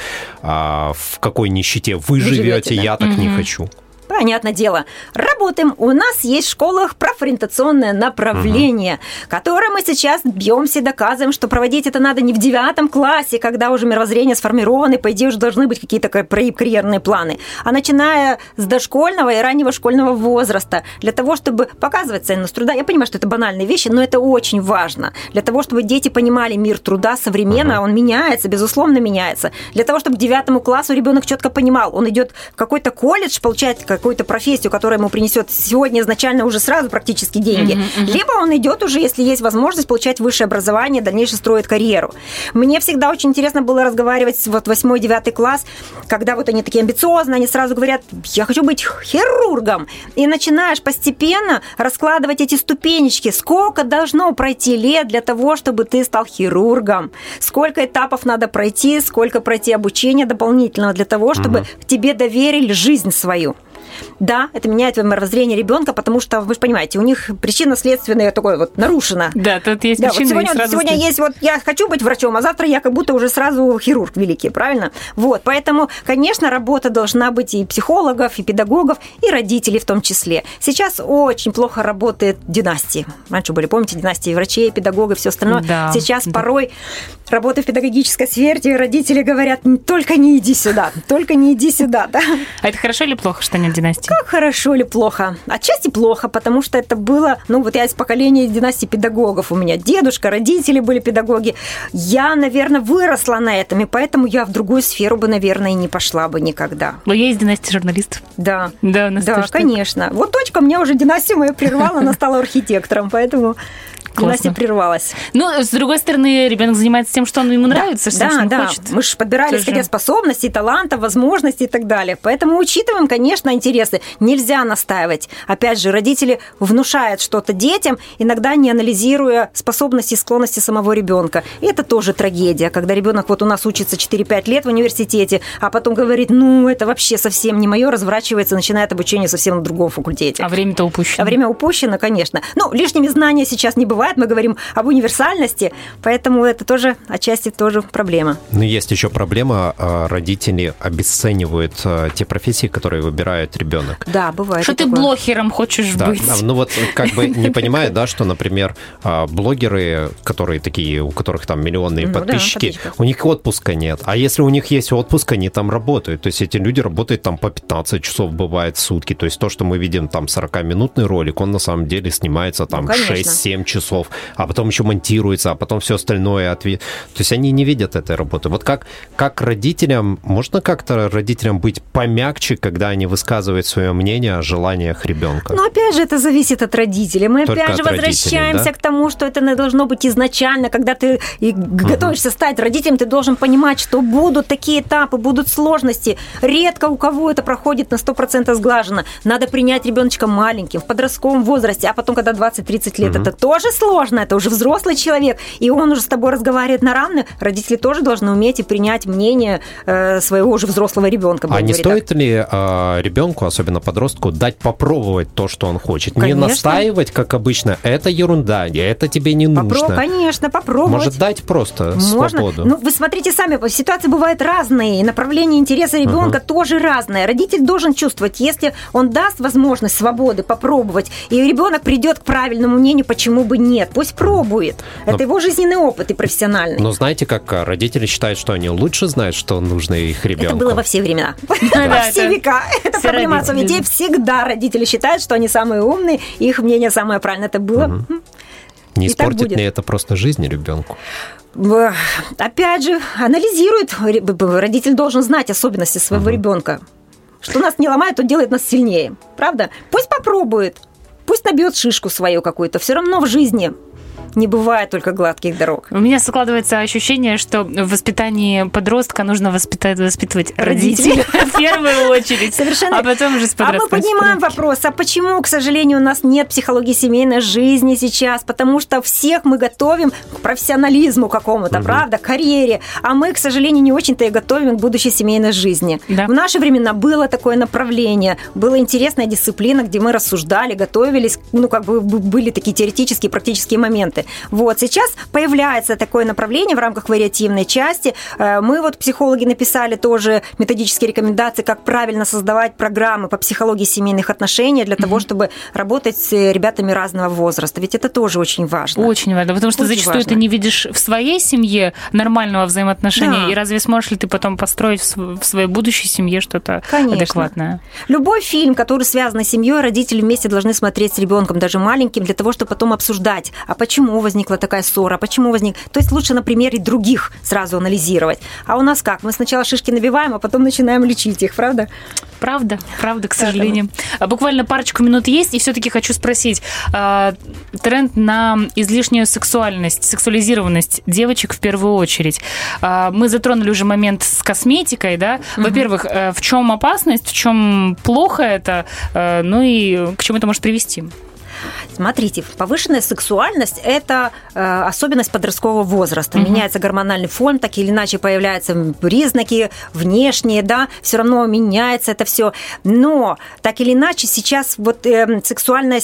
в какой нищете вы живете, да? Я так не хочу. Понятное дело. Работаем. У нас есть в школах профориентационное направление, которое мы сейчас бьемся и доказываем, что проводить это надо не в 9 классе, когда уже мировоззрение сформировано, и, по идее, уже должны быть какие-то карьерные планы, а начиная с дошкольного и раннего школьного возраста, для того, чтобы показывать ценность труда. Я понимаю, что это банальные вещи, но это очень важно. Для того, чтобы дети понимали мир труда современно, он меняется, безусловно, меняется. Для того, чтобы к 9 классу ребенок четко понимал, он идет в какой-то колледж, получает какую-то профессию, которая ему принесет сегодня изначально уже сразу практически деньги. Либо он идет уже, если есть возможность, получать высшее образование, дальнейшее строит карьеру. Мне всегда очень интересно было разговаривать с 8-9 класс, когда вот они такие амбициозные, они сразу говорят, я хочу быть хирургом. И начинаешь постепенно раскладывать эти ступенечки. Сколько должно пройти лет для того, чтобы ты стал хирургом? Сколько этапов надо пройти, сколько пройти обучения дополнительного для того, чтобы тебе доверили жизнь свою? Да, это меняет мировоззрение ребенка, потому что, вы же понимаете, у них причинно-следственная такое вот нарушена. Да, тут есть причина. Вот сегодня есть вот я хочу быть врачом, а завтра я как будто уже сразу хирург великий, правильно? Вот, поэтому, конечно, работа должна быть и психологов, и педагогов, и родителей в том числе. Сейчас очень плохо работает династии. Раньше были, помните, династии врачей, педагогов, все остальное. Да, сейчас порой, работая в педагогической сфере, родители говорят, только не иди сюда, только не иди сюда. Да? А это хорошо или плохо, что нет династии? Как хорошо или плохо? Отчасти плохо, потому что это было... Ну, вот я из поколения династии педагогов. У меня дедушка, родители были педагоги. Я, наверное, выросла на этом, и поэтому я в другую сферу бы, наверное, и не пошла бы никогда. Но я из династии журналистов. Да. Да, у нас да, конечно. Вот дочка мне уже династию мою прервала, она стала архитектором, поэтому... Династия прервалась. Ну, с другой стороны, ребенок занимается тем, что он ему нравится, что он хочет. Мы же подбирали, исходя способностей, талантов, возможностей и так далее. Поэтому учитываем, конечно, интересы. Нельзя настаивать. Опять же, родители внушают что-то детям, иногда не анализируя способности и склонности самого ребенка. И это тоже трагедия, когда ребенок вот у нас учится 4-5 лет в университете, а потом говорит, ну, это вообще совсем не мое, разворачивается, начинает обучение совсем на другом факультете. А время-то упущено. А время упущено, конечно. Ну, лишними знания сейчас не бывает. Мы говорим об универсальности, поэтому это тоже отчасти тоже проблема. Но есть еще проблема. Родители обесценивают те профессии, которые выбирает ребенок. Да, бывает. Что ты такое. Блогером хочешь быть? Ну вот как бы не понимает, да, что, например, блогеры, которые такие, у которых там миллионные подписчики, у них отпуска нет. А если у них есть отпуск, они там работают. То есть эти люди работают там по 15 часов бывает в сутки. То есть то, что мы видим там 40-минутный ролик, он на самом деле снимается там 6-7 часов. А потом еще монтируется, а потом все остальное. То есть они не видят этой работы. Вот как родителям, можно как-то родителям быть помягче, когда они высказывают свое мнение о желаниях ребенка? Но опять же, это зависит от родителей. Мы только опять же возвращаемся к тому, что это не должно быть изначально. Когда ты готовишься стать родителем, ты должен понимать, что будут такие этапы, будут сложности. Редко у кого это проходит на 100% сглаженно. Надо принять ребеночка маленьким, в подростковом возрасте, а потом, когда 20-30 лет, это тоже сложно, это уже взрослый человек, и он уже с тобой разговаривает на равных. Родители тоже должны уметь и принять мнение своего уже взрослого ребенка. А не стоит ли ребенку ребенку, особенно подростку, дать попробовать то, что он хочет. Конечно. Не настаивать, как обычно, это ерунда, это тебе не нужно. Конечно, попробовать. Может, дать просто Можно. свободу. Ну, вы смотрите сами, ситуации бывают разные, направления интереса ребенка тоже разные. Родитель должен чувствовать, если он даст возможность свободы попробовать, и ребенок придет к правильному мнению, почему бы нет, пусть пробует. Это его жизненный опыт и профессиональный. Но знаете, как родители считают, что они лучше знают, что нужно их ребенку? Это было во все времена, во все века. Это проблема отцов и детей. Всегда родители считают, что они самые умные, и их мнение самое правильное. Это было. Не испортит ли это просто жизнь ребенку? Опять же, анализирует. Родитель должен знать особенности своего ребенка. Что нас не ломает, то делает нас сильнее. Правда? Пусть попробует. Пусть набьет шишку свою какую-то. Все равно в жизни не бывает только гладких дорог. У меня складывается ощущение, что в воспитании подростка нужно воспитывать родителей в первую очередь, Совершенно. А потом уже с подростком. А мы поднимаем вопрос, а почему, к сожалению, у нас нет психологии семейной жизни сейчас? Потому что всех мы готовим к профессионализму какому-то, правда, к карьере, а мы, к сожалению, не очень-то и готовим к будущей семейной жизни. Да. В наши времена было такое направление, была интересная дисциплина, где мы рассуждали, готовились, были такие теоретические, практические моменты. Вот, сейчас появляется такое направление в рамках вариативной части. Мы психологи написали тоже методические рекомендации, как правильно создавать программы по психологии семейных отношений для того, чтобы работать с ребятами разного возраста. Ведь это тоже очень важно. Очень важно, потому что зачастую ты не видишь в своей семье нормального взаимоотношения, и разве сможешь ли ты потом построить в своей будущей семье что-то адекватное? Любой фильм, который связан с семьей, родители вместе должны смотреть с ребенком, даже маленьким, для того, чтобы потом обсуждать, а почему возникла такая ссора, почему возник... То есть лучше на примере других сразу анализировать. А у нас как? Мы сначала шишки набиваем, а потом начинаем лечить их, правда? Правда, к сожалению. Буквально парочку минут есть, и все-таки хочу спросить. Тренд на излишнюю сексуализированность девочек в первую очередь. Мы затронули уже момент с косметикой, да? Во-первых, в чем опасность, в чем плохо это, ну и к чему это может привести? Смотрите, повышенная сексуальность – это особенность подросткового возраста. Меняется гормональный фон, так или иначе появляются признаки внешние, да, все равно меняется это все. Но так или иначе сейчас сексуальная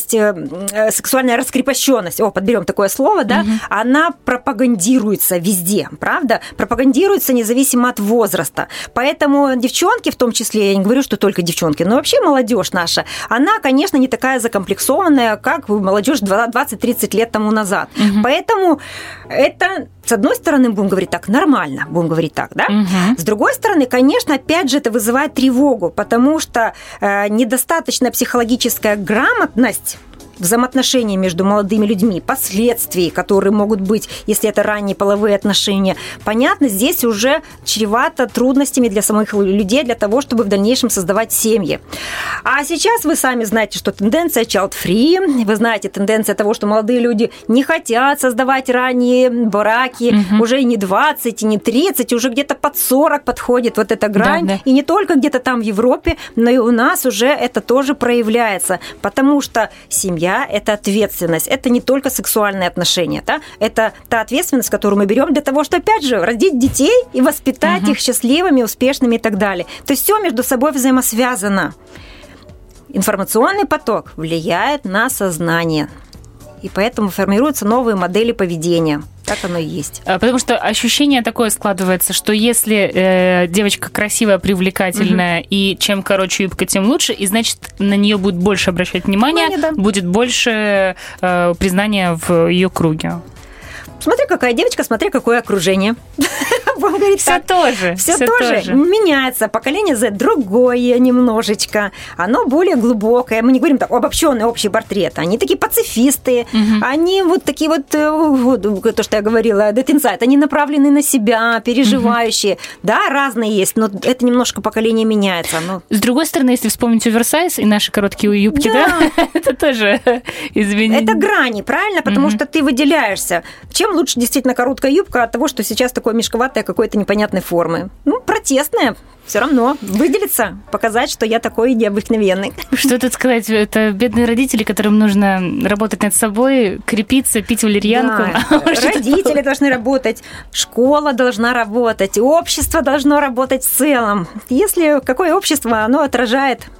раскрепощенность, подберем такое слово, да, она пропагандируется везде, правда? Пропагандируется независимо от возраста. Поэтому девчонки, в том числе, я не говорю, что только девчонки, но вообще молодежь наша, она, конечно, не такая закомплексованная, как молодежь 20-30 лет тому назад. Поэтому это, с одной стороны, будем говорить так, нормально, будем говорить так, да? С другой стороны, конечно, опять же, это вызывает тревогу, потому что недостаточная психологическая грамотность взаимоотношения между молодыми людьми, последствий, которые могут быть, если это ранние половые отношения, понятно, здесь уже чревато трудностями для самих людей, для того, чтобы в дальнейшем создавать семьи. А сейчас вы сами знаете, что тенденция child-free, вы знаете тенденция того, что молодые люди не хотят создавать ранние браки, уже и не 20, и не 30, уже где-то под 40 подходит эта грань, да. И не только где-то там в Европе, но и у нас уже это тоже проявляется, потому что семья – это ответственность, это не только сексуальные отношения, да? Это та ответственность, которую мы берем для того, чтобы, опять же, родить детей и воспитать их счастливыми, успешными и так далее. То есть все между собой взаимосвязано. Информационный поток влияет на сознание, и поэтому формируются новые модели поведения. Так оно и есть. Потому что ощущение такое складывается, что если девочка красивая, привлекательная, и чем короче юбка, тем лучше, и значит, на нее будет больше обращать внимание, будет больше признания в ее круге. Смотри, какая девочка, смотри, какое окружение. Будем говорить все так. Тоже. Все тоже меняется. Поколение Z другое немножечко. Оно более глубокое. Мы не говорим так, обобщенный общий портрет. Они такие пацифисты. Они такие то, что я говорила, dead inside. Они направлены на себя, переживающие. Да, разные есть, но это немножко поколение меняется. С другой стороны, если вспомнить оверсайз и наши короткие юбки, да, это тоже изменение. Это грани, правильно? Потому что ты выделяешься. Чем лучше действительно короткая юбка от того, что сейчас такое мешковатое какой-то непонятной формы? Протестное. Все равно выделиться, показать, что я такой необыкновенный. Что тут сказать? Это бедные родители, которым нужно работать над собой, крепиться, пить валерьянку. Да. Родители должны работать, школа должна работать, общество должно работать в целом. Какое общество, оно отражает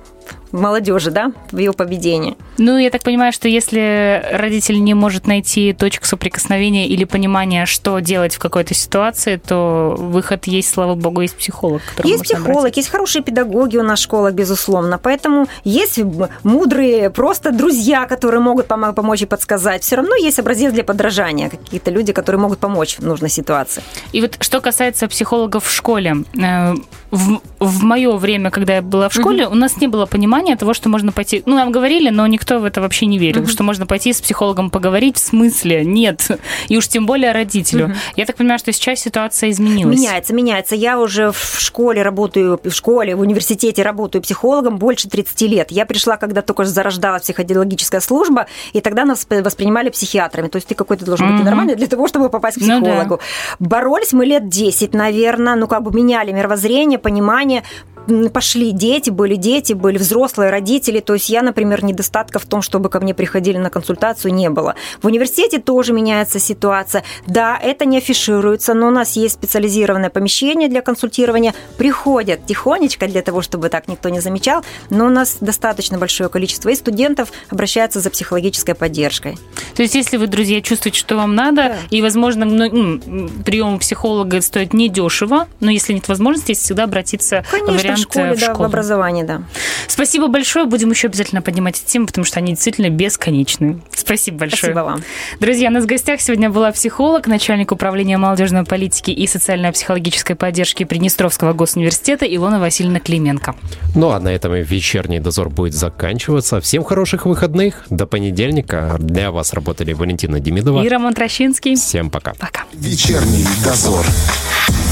молодежи, да, в ее поведении. Ну, я так понимаю, что если родитель не может найти точку соприкосновения или понимания, что делать в какой-то ситуации, то выход есть, слава богу, есть психолог. Есть психолог, есть хорошие педагоги у нас в школах, безусловно. Поэтому есть мудрые просто друзья, которые могут помочь и подсказать. Все равно есть образец для подражания. Какие-то люди, которые могут помочь в нужной ситуации. И вот что касается психологов в школе. В мое время, когда я была в школе, у нас не было понимания того, что можно пойти... Ну, нам говорили, но никто в это вообще не верил, что можно пойти с психологом поговорить. В смысле? Нет. И уж тем более родителю. Я так понимаю, что сейчас ситуация изменилась. Меняется. Я уже в школе, в университете работаю психологом больше 30 лет. Я пришла, когда только зарождалась психологическая служба, и тогда нас воспринимали психиатрами. То есть ты какой-то должен быть нормальный для того, чтобы попасть к психологу. Ну, да. Боролись мы лет 10, наверное, меняли мировоззрение, понимание. Пошли дети, были взрослые родители. То есть я, например, недостатка в том, чтобы ко мне приходили на консультацию, не было. В университете тоже меняется ситуация. Да, это не афишируется, но у нас есть специализированное помещение для консультирования. Приходят тихонечко для того, чтобы так никто не замечал, но у нас достаточно большое количество и студентов обращаются за психологической поддержкой. То есть если вы, друзья, чувствуете, что вам надо, и, возможно, прием у психолога стоит недешево, но если нет возможности, есть всегда обратиться в школе, в образовании, да. Спасибо большое. Будем еще обязательно поднимать эти темы, потому что они действительно бесконечны. Спасибо большое. Спасибо вам. Друзья, у нас в гостях сегодня была психолог, начальник управления молодежной политики и социально-психологической поддержки Приднестровского госуниверситета Илона Васильевна Клименко. Ну а на этом и вечерний дозор будет заканчиваться. Всем хороших выходных. До понедельника. Для вас работали Валентина Демидова и Роман Трощинский. Всем пока. Пока. Вечерний дозор.